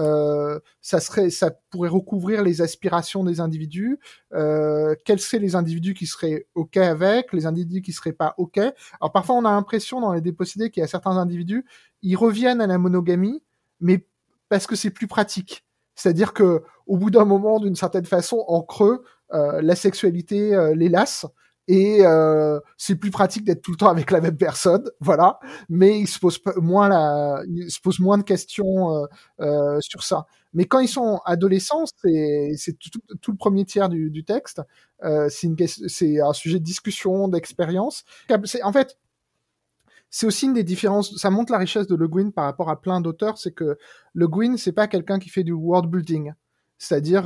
ça pourrait recouvrir les aspirations des individus, quels seraient les individus qui seraient OK avec, les individus qui seraient pas OK. Alors parfois on a l'impression dans les dépossédés qu'il y a certains individus, ils reviennent à la monogamie, mais parce que c'est plus pratique. C'est-à-dire que au bout d'un moment, d'une certaine façon, en creux, la sexualité les lasse, et c'est plus pratique d'être tout le temps avec la même personne, voilà. Mais ils se posent moins de questions sur ça. Mais quand ils sont adolescents, c'est tout le premier tiers du texte. C'est un sujet de discussion, d'expérience. En fait, c'est aussi une des différences. Ça montre la richesse de Le Guin par rapport à plein d'auteurs, c'est que Le Guin, c'est pas quelqu'un qui fait du world building. C'est-à-dire,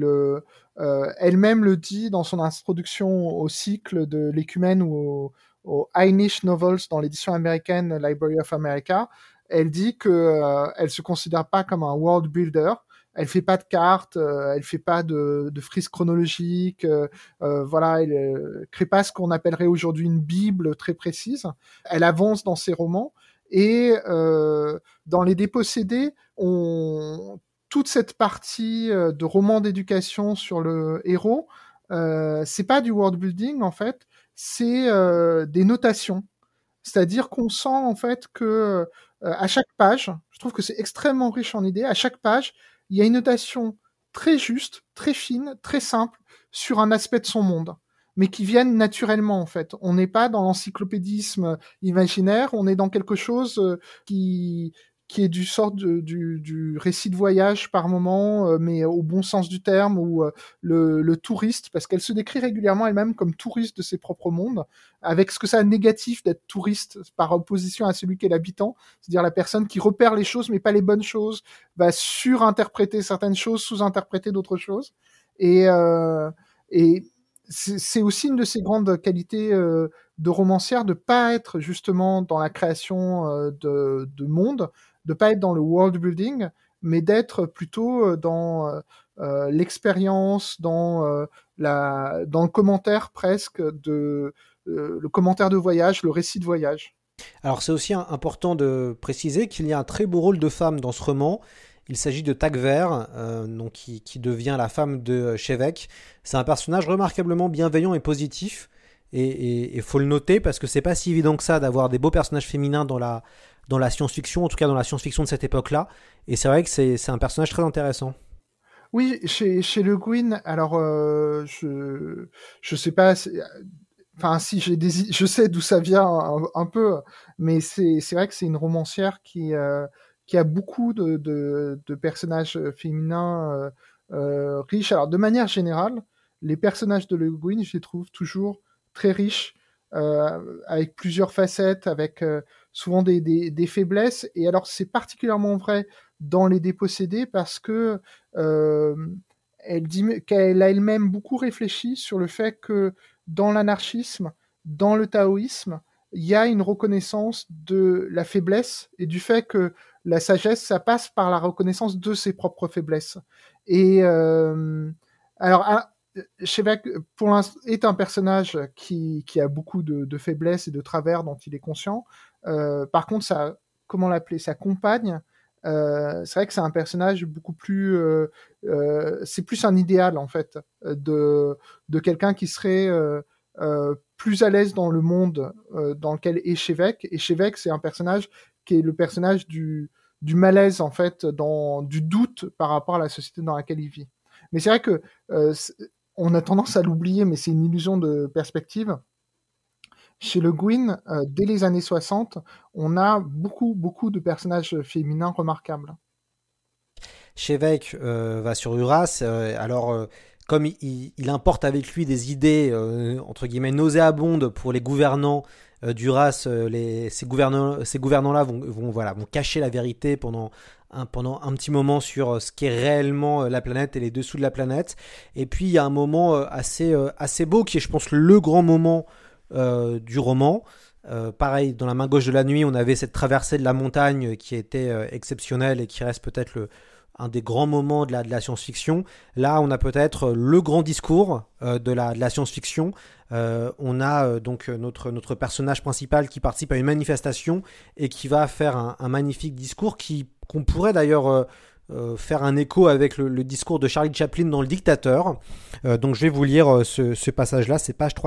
elle-même le dit dans son introduction au cycle de l'écumène ou au High Niche Novels dans l'édition américaine Library of America. Elle dit que elle se considère pas comme un world builder. Elle fait pas de cartes, elle fait pas de frises chronologiques, voilà, elle crée pas ce qu'on appellerait aujourd'hui une bible très précise. Elle avance dans ses romans, et dans Les Dépossédés, toute cette partie de roman d'éducation sur le héros, c'est pas du world building en fait, c'est des notations. C'est-à-dire qu'on sent en fait que à chaque page, je trouve que c'est extrêmement riche en idées, à chaque page, il y a une notation très juste, très fine, très simple sur un aspect de son monde, mais qui viennent naturellement en fait. On n'est pas dans l'encyclopédisme imaginaire, on est dans quelque chose qui est du récit de voyage par moment, mais au bon sens du terme, ou le touriste, parce qu'elle se décrit régulièrement elle-même comme touriste de ses propres mondes, avec ce que ça a de négatif d'être touriste par opposition à celui qui est l'habitant, c'est-à-dire la personne qui repère les choses mais pas les bonnes choses, va surinterpréter certaines choses, sous-interpréter d'autres choses, et c'est aussi une de ses grandes qualités de romancière, de pas être justement dans la création de monde, de pas être dans le world building, mais d'être plutôt dans l'expérience, dans le commentaire presque, le commentaire de voyage, le récit de voyage. Alors c'est aussi important de préciser qu'il y a un très beau rôle de femme dans ce roman. Il s'agit de Tagver, donc qui devient la femme de Chevek. C'est un personnage remarquablement bienveillant et positif, et faut le noter parce que c'est pas si évident que ça d'avoir des beaux personnages féminins dans la science-fiction, en tout cas dans la science-fiction de cette époque-là. Et c'est vrai que c'est un personnage très intéressant. Oui, chez Le Guin, alors je sais pas, enfin si je sais d'où ça vient un peu, mais c'est vrai que c'est une romancière qui a beaucoup de personnages féminins riches. Alors de manière générale, les personnages de Le Guin, je les trouve toujours très riches, avec plusieurs facettes, avec souvent des faiblesses. Et alors c'est particulièrement vrai dans Les Dépossédés parce que elle dit qu'elle a elle-même beaucoup réfléchi sur le fait que dans l'anarchisme, dans le taoïsme, il y a une reconnaissance de la faiblesse et du fait que la sagesse, ça passe par la reconnaissance de ses propres faiblesses. Et alors, Chevek, pour l'instant, est un personnage qui a beaucoup de faiblesses et de travers dont il est conscient. Par contre, comment l'appeler, sa compagne, c'est vrai que c'est un personnage beaucoup plus... c'est plus un idéal, en fait, de quelqu'un qui serait plus à l'aise dans le monde dans lequel est Chevek. Et Chevek, c'est un personnage qui est le personnage du malaise, en fait, du doute par rapport à la société dans laquelle il vit. Mais c'est vrai que on a tendance à l'oublier, mais c'est une illusion de perspective. Chez Le Guin, dès les années 60, on a beaucoup, beaucoup de personnages féminins remarquables. Chevek va sur Uras. Alors, comme il importe avec lui des idées entre guillemets nauséabondes pour les gouvernants Duras, ces gouvernants-là vont cacher la vérité pendant un petit moment sur ce qu'est réellement la planète et les dessous de la planète. Et puis il y a un moment assez beau qui est, je pense, le grand moment du roman. Pareil, dans La main gauche de la nuit, on avait cette traversée de la montagne qui était exceptionnelle et qui reste peut-être un des grands moments de la science-fiction. Là, on a peut-être le grand discours de la science-fiction. On a donc notre personnage principal qui participe à une manifestation et qui va faire un magnifique discours qu'on pourrait d'ailleurs faire un écho avec le discours de Charlie Chaplin dans Le Dictateur. Donc je vais vous lire ce passage-là, c'est page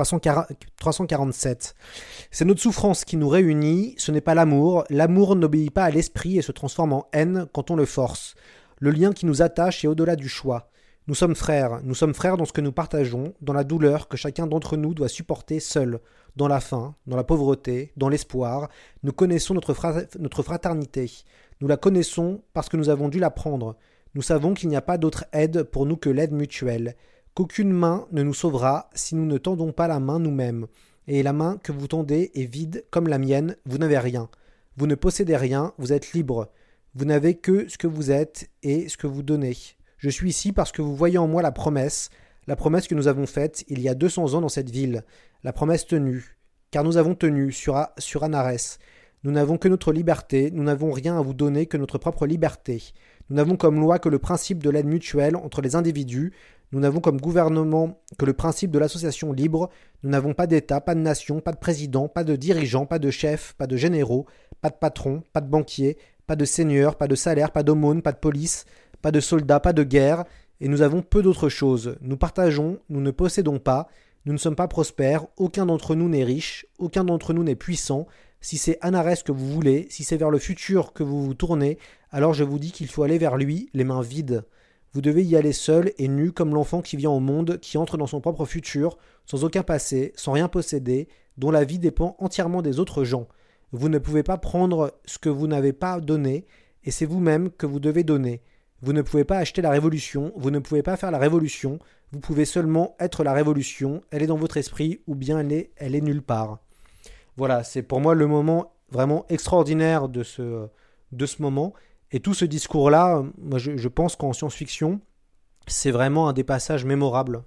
347. C'est notre souffrance qui nous réunit, ce n'est pas l'amour. L'amour n'obéit pas à l'esprit et se transforme en haine quand on le force. Le lien qui nous attache est au-delà du choix. Nous sommes frères dans ce que nous partageons, dans la douleur que chacun d'entre nous doit supporter seul, dans la faim, dans la pauvreté, dans l'espoir. Nous connaissons notre fraternité. Nous la connaissons parce que nous avons dû l'apprendre. Nous savons qu'il n'y a pas d'autre aide pour nous que l'aide mutuelle, qu'aucune main ne nous sauvera si nous ne tendons pas la main nous-mêmes. Et la main que vous tendez est vide comme la mienne, vous n'avez rien. Vous ne possédez rien, vous êtes libre. Vous n'avez que ce que vous êtes et ce que vous donnez. Je suis ici parce que vous voyez en moi la promesse que nous avons faite il y a 200 ans dans cette ville, la promesse tenue, car nous avons tenu sur Anarès. Nous n'avons que notre liberté, nous n'avons rien à vous donner que notre propre liberté. Nous n'avons comme loi que le principe de l'aide mutuelle entre les individus, nous n'avons comme gouvernement que le principe de l'association libre, nous n'avons pas d'État, pas de nation, pas de président, pas de dirigeant, pas de chef, pas de généraux, pas de patron, pas de banquier, pas de seigneur, pas de salaire, pas d'aumône, pas de police, pas de soldats, pas de guerre, et nous avons peu d'autres choses. Nous partageons, nous ne possédons pas, nous ne sommes pas prospères, aucun d'entre nous n'est riche, aucun d'entre nous n'est puissant. Si c'est Anarès que vous voulez, si c'est vers le futur que vous vous tournez, alors je vous dis qu'il faut aller vers lui, les mains vides. Vous devez y aller seul et nu comme l'enfant qui vient au monde, qui entre dans son propre futur, sans aucun passé, sans rien posséder, dont la vie dépend entièrement des autres gens. Vous ne pouvez pas prendre ce que vous n'avez pas donné, et c'est vous-même que vous devez donner. Vous ne pouvez pas acheter la révolution, vous ne pouvez pas faire la révolution, vous pouvez seulement être la révolution, elle est dans votre esprit, ou bien elle est nulle part. Voilà, c'est pour moi le moment vraiment extraordinaire de ce moment. Et tout ce discours-là, moi je pense qu'en science-fiction, c'est vraiment un des passages mémorables.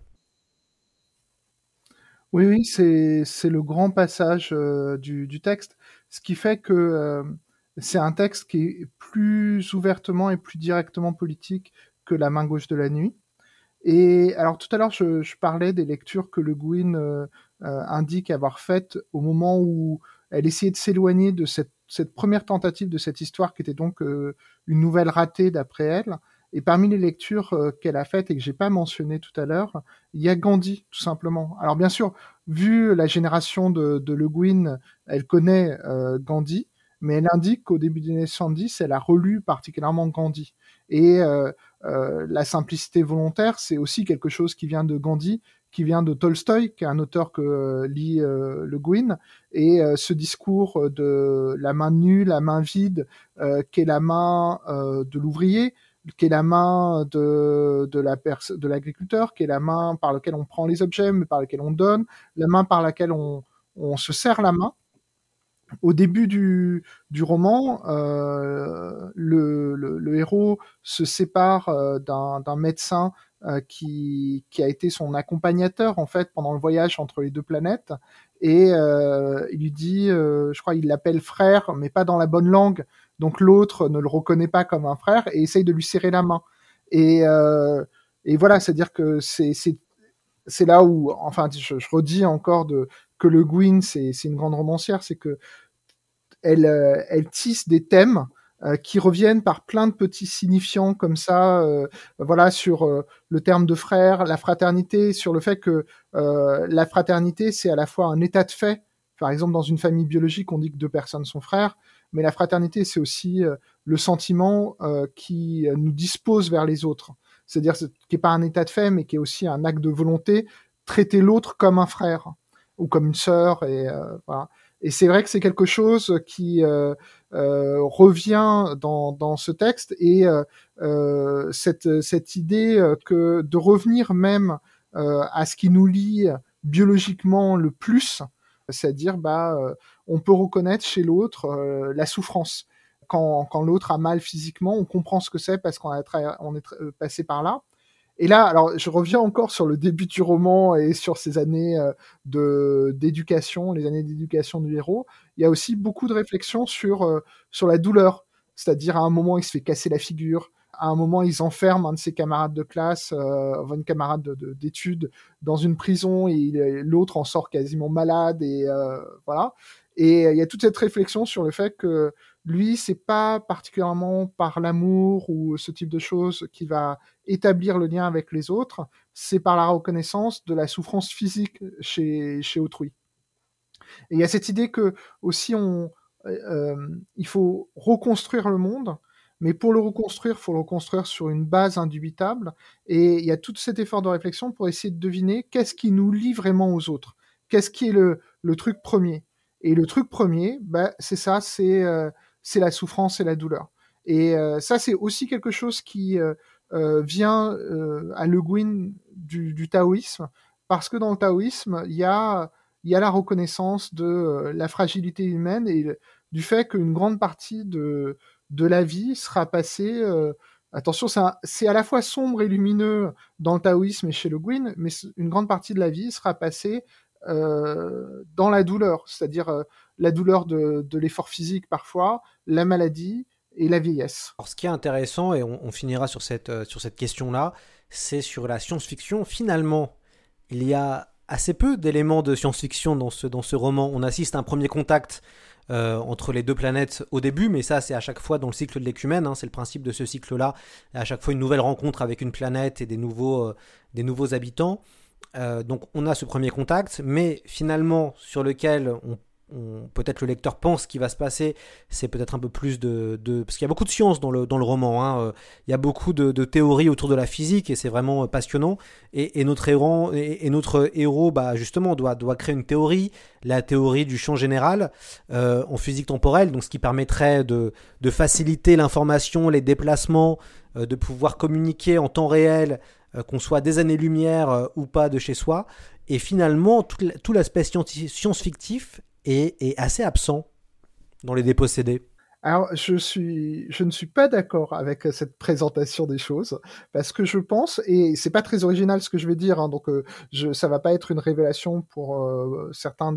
Oui, c'est le grand passage du texte, ce qui fait que c'est un texte qui est plus ouvertement et plus directement politique que La main gauche de la nuit. Et alors tout à l'heure, je parlais des lectures que Le Guin indique avoir faites au moment où elle essayait de s'éloigner de cette première tentative de cette histoire qui était donc une nouvelle ratée d'après elle. Et parmi les lectures qu'elle a faites et que j'ai pas mentionnées tout à l'heure, il y a Gandhi, tout simplement. Alors bien sûr, vu la génération de Le Guin, elle connaît Gandhi, mais elle indique qu'au début des années 70, elle a relu particulièrement Gandhi. Et la simplicité volontaire, c'est aussi quelque chose qui vient de Gandhi, qui vient de Tolstoï, qui est un auteur que lit Le Guin. Et ce discours de la main nue, la main vide, qui est la main de l'ouvrier, qui est la main de l'agriculteur, qui est la main par laquelle on prend les objets, mais par laquelle on donne, la main par laquelle on se serre la main. Au début du roman, le héros se sépare d'un médecin qui a été son accompagnateur en fait pendant le voyage entre les deux planètes, et il lui dit, je crois il l'appelle frère, mais pas dans la bonne langue, donc l'autre ne le reconnaît pas comme un frère et essaye de lui serrer la main. Et voilà, c'est-à-dire que c'est là où, enfin, je redis encore que Le Guin, c'est une grande romancière, c'est que elle tisse des thèmes qui reviennent par plein de petits signifiants comme ça, voilà, sur le terme de frère, la fraternité, sur le fait que la fraternité, c'est à la fois un état de fait. Par exemple, dans une famille biologique, on dit que deux personnes sont frères, mais la fraternité, c'est aussi le sentiment qui nous dispose vers les autres. C'est-à-dire qui n'est pas un état de fait, mais qui est aussi un acte de volonté, traiter l'autre comme un frère ou comme une sœur, et voilà. Et c'est vrai que c'est quelque chose qui revient dans ce texte, et cette idée que de revenir même à ce qui nous lie biologiquement le plus, c'est-à-dire on peut reconnaître chez l'autre la souffrance. Quand l'autre a mal physiquement, on comprend ce que c'est parce qu'on est passé par là. Et là, alors je reviens encore sur le début du roman et sur ces années d'éducation, les années d'éducation du héros. Il y a aussi beaucoup de réflexions sur la douleur. C'est-à-dire, à un moment, il se fait casser la figure. À un moment, ils enferment un de ses camarades de classe, une camarade d'études, dans une prison, et l'autre en sort quasiment malade, et voilà. Et il y a toute cette réflexion sur le fait que lui, c'est pas particulièrement par l'amour ou ce type de choses qui va établir le lien avec les autres, c'est par la reconnaissance de la souffrance physique chez autrui. Et il y a cette idée que aussi il faut reconstruire le monde, mais pour le reconstruire, il faut le reconstruire sur une base indubitable, et il y a tout cet effort de réflexion pour essayer de deviner qu'est-ce qui nous lie vraiment aux autres, qu'est-ce qui est le truc premier. Et le truc premier, c'est ça, c'est la souffrance et la douleur. Et ça, c'est aussi quelque chose qui vient à Le Guin du taoïsme, parce que dans le taoïsme, il y a la reconnaissance de la fragilité humaine et du fait qu'une grande partie de la vie sera passée... attention, c'est à la fois sombre et lumineux dans le taoïsme et chez Le Guin, mais une grande partie de la vie sera passée dans la douleur, c'est-à-dire la douleur de l'effort physique parfois, la maladie et la vieillesse. Alors, ce qui est intéressant, et on finira sur cette question-là, c'est sur la science-fiction. Finalement, il y a assez peu d'éléments de science-fiction dans ce roman. On assiste à un premier contact entre les deux planètes au début, mais ça, c'est à chaque fois dans le cycle de l'écumène, c'est le principe de ce cycle-là. À chaque fois, une nouvelle rencontre avec une planète et des nouveaux habitants. Donc on a ce premier contact, mais finalement sur lequel peut-être le lecteur pense qu'il va se passer, c'est peut-être un peu plus parce qu'il y a beaucoup de science dans le roman, il y a beaucoup de théories autour de la physique, et c'est vraiment passionnant, et notre héros justement doit créer une théorie, la théorie du champ général en physique temporelle, donc ce qui permettrait de faciliter l'information, les déplacements, de pouvoir communiquer en temps réel, qu'on soit des années-lumière ou pas de chez soi. Et finalement, tout l'aspect science-fictif est assez absent dans Les Dépossédés. Alors, je ne suis pas d'accord avec cette présentation des choses, parce que je pense, et c'est pas très original ce que je vais dire, donc ça va pas être une révélation pour certaines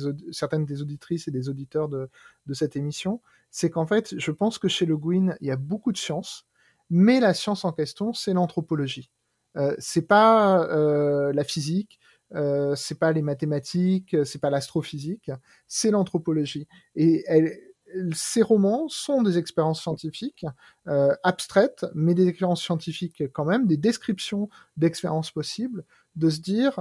des auditrices et des auditeurs de cette émission, c'est qu'en fait, je pense que chez Le Guin, il y a beaucoup de science, mais la science en question, c'est l'anthropologie. C'est pas la physique, c'est pas les mathématiques, c'est pas l'astrophysique, c'est l'anthropologie. Et ces romans sont des expériences scientifiques abstraites, mais des expériences scientifiques quand même, des descriptions d'expériences possibles, de se dire,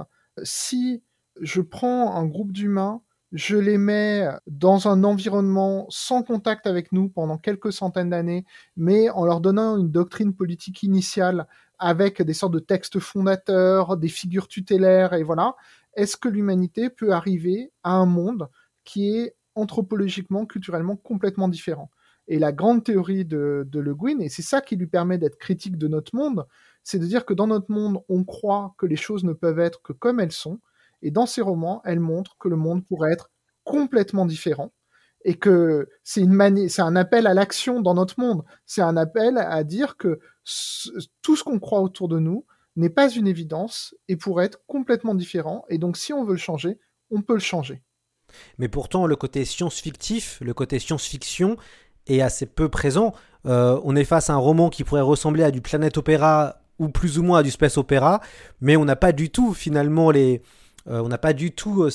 si je prends un groupe d'humains, je les mets dans un environnement sans contact avec nous pendant quelques centaines d'années, mais en leur donnant une doctrine politique initiale avec des sortes de textes fondateurs, des figures tutélaires, et voilà, est-ce que l'humanité peut arriver à un monde qui est anthropologiquement, culturellement complètement différent? Et la grande théorie de Le Guin, et c'est ça qui lui permet d'être critique de notre monde, c'est de dire que dans notre monde, on croit que les choses ne peuvent être que comme elles sont, et dans ses romans, elle montre que le monde pourrait être complètement différent, et que c'est un appel à l'action dans notre monde. C'est un appel à dire que tout ce qu'on croit autour de nous n'est pas une évidence et pourrait être complètement différent. Et donc, si on veut le changer, on peut le changer. Mais pourtant, le côté science-fictif, le côté science-fiction est assez peu présent. On est face à un roman qui pourrait ressembler à du Planet Opera ou plus ou moins à du Space Opera, mais on n'a pas du tout finalement on n'a pas du tout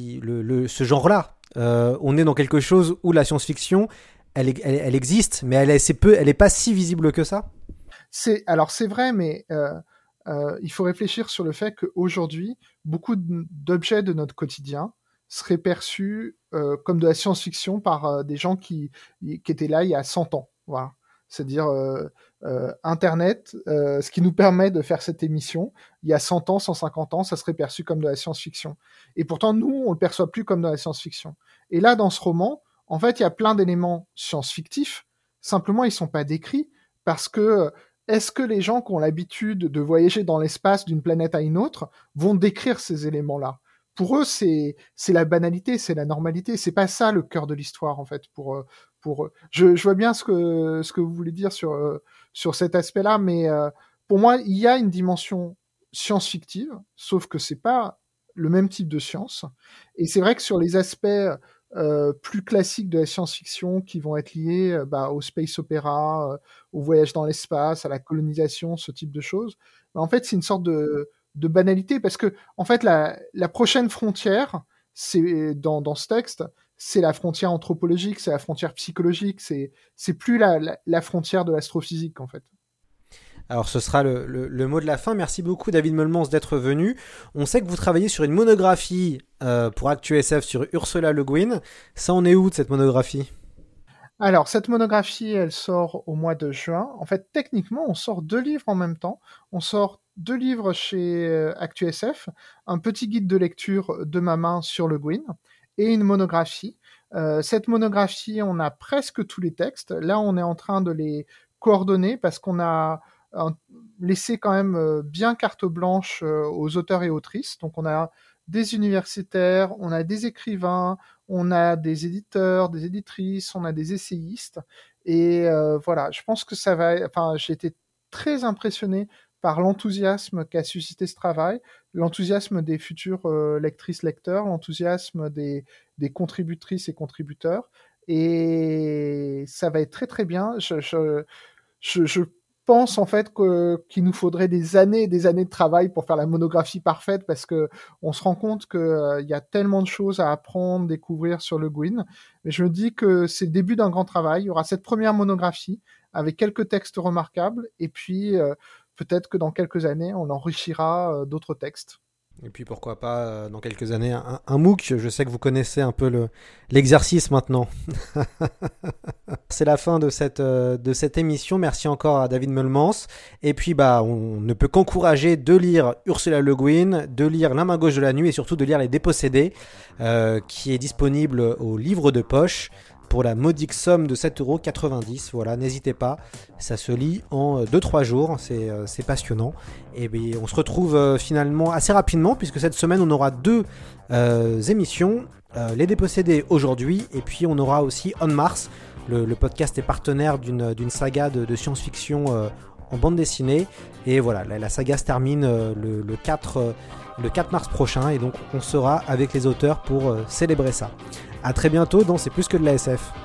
ce genre-là. On est dans quelque chose où la science-fiction, elle existe, mais elle est pas si visible que ça. C'est vrai, mais il faut réfléchir sur le fait qu'aujourd'hui, beaucoup d'objets de notre quotidien seraient perçus comme de la science-fiction par des gens qui étaient là il y a 100 ans. Voilà. C'est-à-dire Internet, ce qui nous permet de faire cette émission, il y a 100 ans, 150 ans, ça serait perçu comme de la science-fiction. Et pourtant, nous, on ne le perçoit plus comme de la science-fiction. Et là, dans ce roman, en fait, il y a plein d'éléments science-fictifs, simplement ils sont pas décrits, parce que est-ce que les gens qui ont l'habitude de voyager dans l'espace d'une planète à une autre vont décrire ces éléments-là? Pour eux, c'est la banalité, c'est la normalité. C'est pas ça le cœur de l'histoire, en fait. Pour eux. Je vois bien ce que vous voulez dire sur cet aspect-là, mais pour moi, il y a une dimension science-fictive, sauf que c'est pas le même type de science. Et c'est vrai que sur les aspects plus classiques de la science-fiction qui vont être liés au space opéra, au voyage dans l'espace, à la colonisation, ce type de choses, en fait, c'est une sorte de banalité, parce que en fait la prochaine frontière, c'est dans ce texte, c'est la frontière anthropologique, c'est la frontière psychologique, c'est plus la frontière de l'astrophysique, en fait. Alors ce sera le mot de la fin. Merci beaucoup David Meulemans d'être venu. On sait que vous travaillez sur une monographie pour ActuSF sur Ursula Le Guin. Ça en est où de cette monographie ? Alors, cette monographie, elle sort au mois de juin. En fait, techniquement, on sort 2 livres en même temps. On sort 2 livres chez ActuSF, un petit guide de lecture de ma main sur Le Guin, et une monographie. Cette monographie, on a presque tous les textes. Là, on est en train de les coordonner parce qu'on a laissé quand même bien carte blanche aux auteurs et autrices. Donc, on a des universitaires, on a des écrivains, on a des éditeurs, des éditrices, on a des essayistes. Et voilà, je pense que ça va... Enfin, j'ai été très impressionné par l'enthousiasme qu'a suscité ce travail, l'enthousiasme des futures lectrices-lecteurs, l'enthousiasme des contributrices et contributeurs. Et ça va être très très bien. Je pense en fait qu'il nous faudrait des années et des années de travail pour faire la monographie parfaite, parce que on se rend compte qu'il y a tellement de choses à apprendre, découvrir sur Le Guin. Mais je me dis que c'est le début d'un grand travail. Il y aura cette première monographie avec quelques textes remarquables, et puis peut-être que dans quelques années, on enrichira d'autres textes. Et puis pourquoi pas, dans quelques années, un MOOC. Je sais que vous connaissez un peu l'exercice maintenant. C'est la fin de cette émission. Merci encore à David Meulemans. Et puis on ne peut qu'encourager de lire Ursula Le Guin, de lire La main gauche de la nuit, et surtout de lire Les Dépossédés, qui est disponible au livre de poche pour la modique somme de 7,90 €. Voilà, n'hésitez pas, ça se lit en 2-3 jours, c'est passionnant. Et bien, on se retrouve finalement assez rapidement, puisque cette semaine on aura 2 émissions, Les Dépossédés aujourd'hui, et puis on aura aussi On Mars. Le podcast est partenaire d'une saga de science-fiction en bande dessinée, et voilà, la saga se termine le 4 mars prochain, et donc on sera avec les auteurs pour célébrer ça. A très bientôt dans C'est plus que de la SF.